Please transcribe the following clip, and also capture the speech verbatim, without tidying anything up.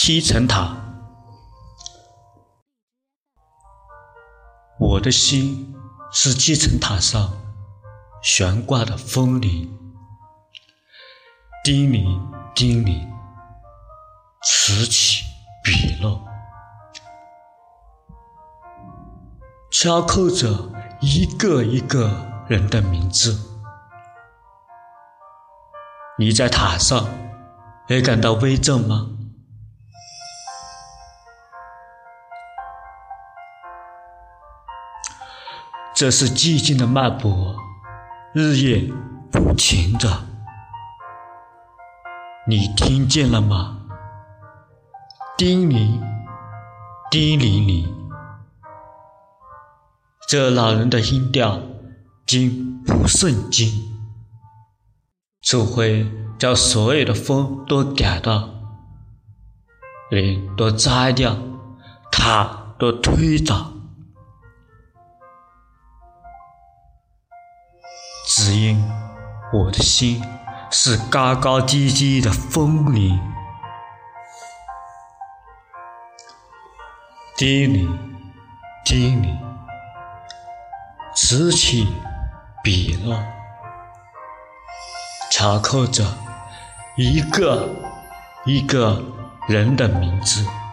西城塔。我的心是七层塔上悬挂的风铃，叮铃叮铃，此起彼落，敲扣着一个一个人的名字。你在塔上也感到微震吗？这是寂静的脉搏，日夜不停着。你听见了吗？叮铃，叮铃铃。这老人的音调惊不胜惊，这会将所有的风都赶到，铃都摘掉，塔都推倒。只因我的心是高高低低的风铃，叮铃叮铃，此起彼落，敲扣着一个一个人的名字。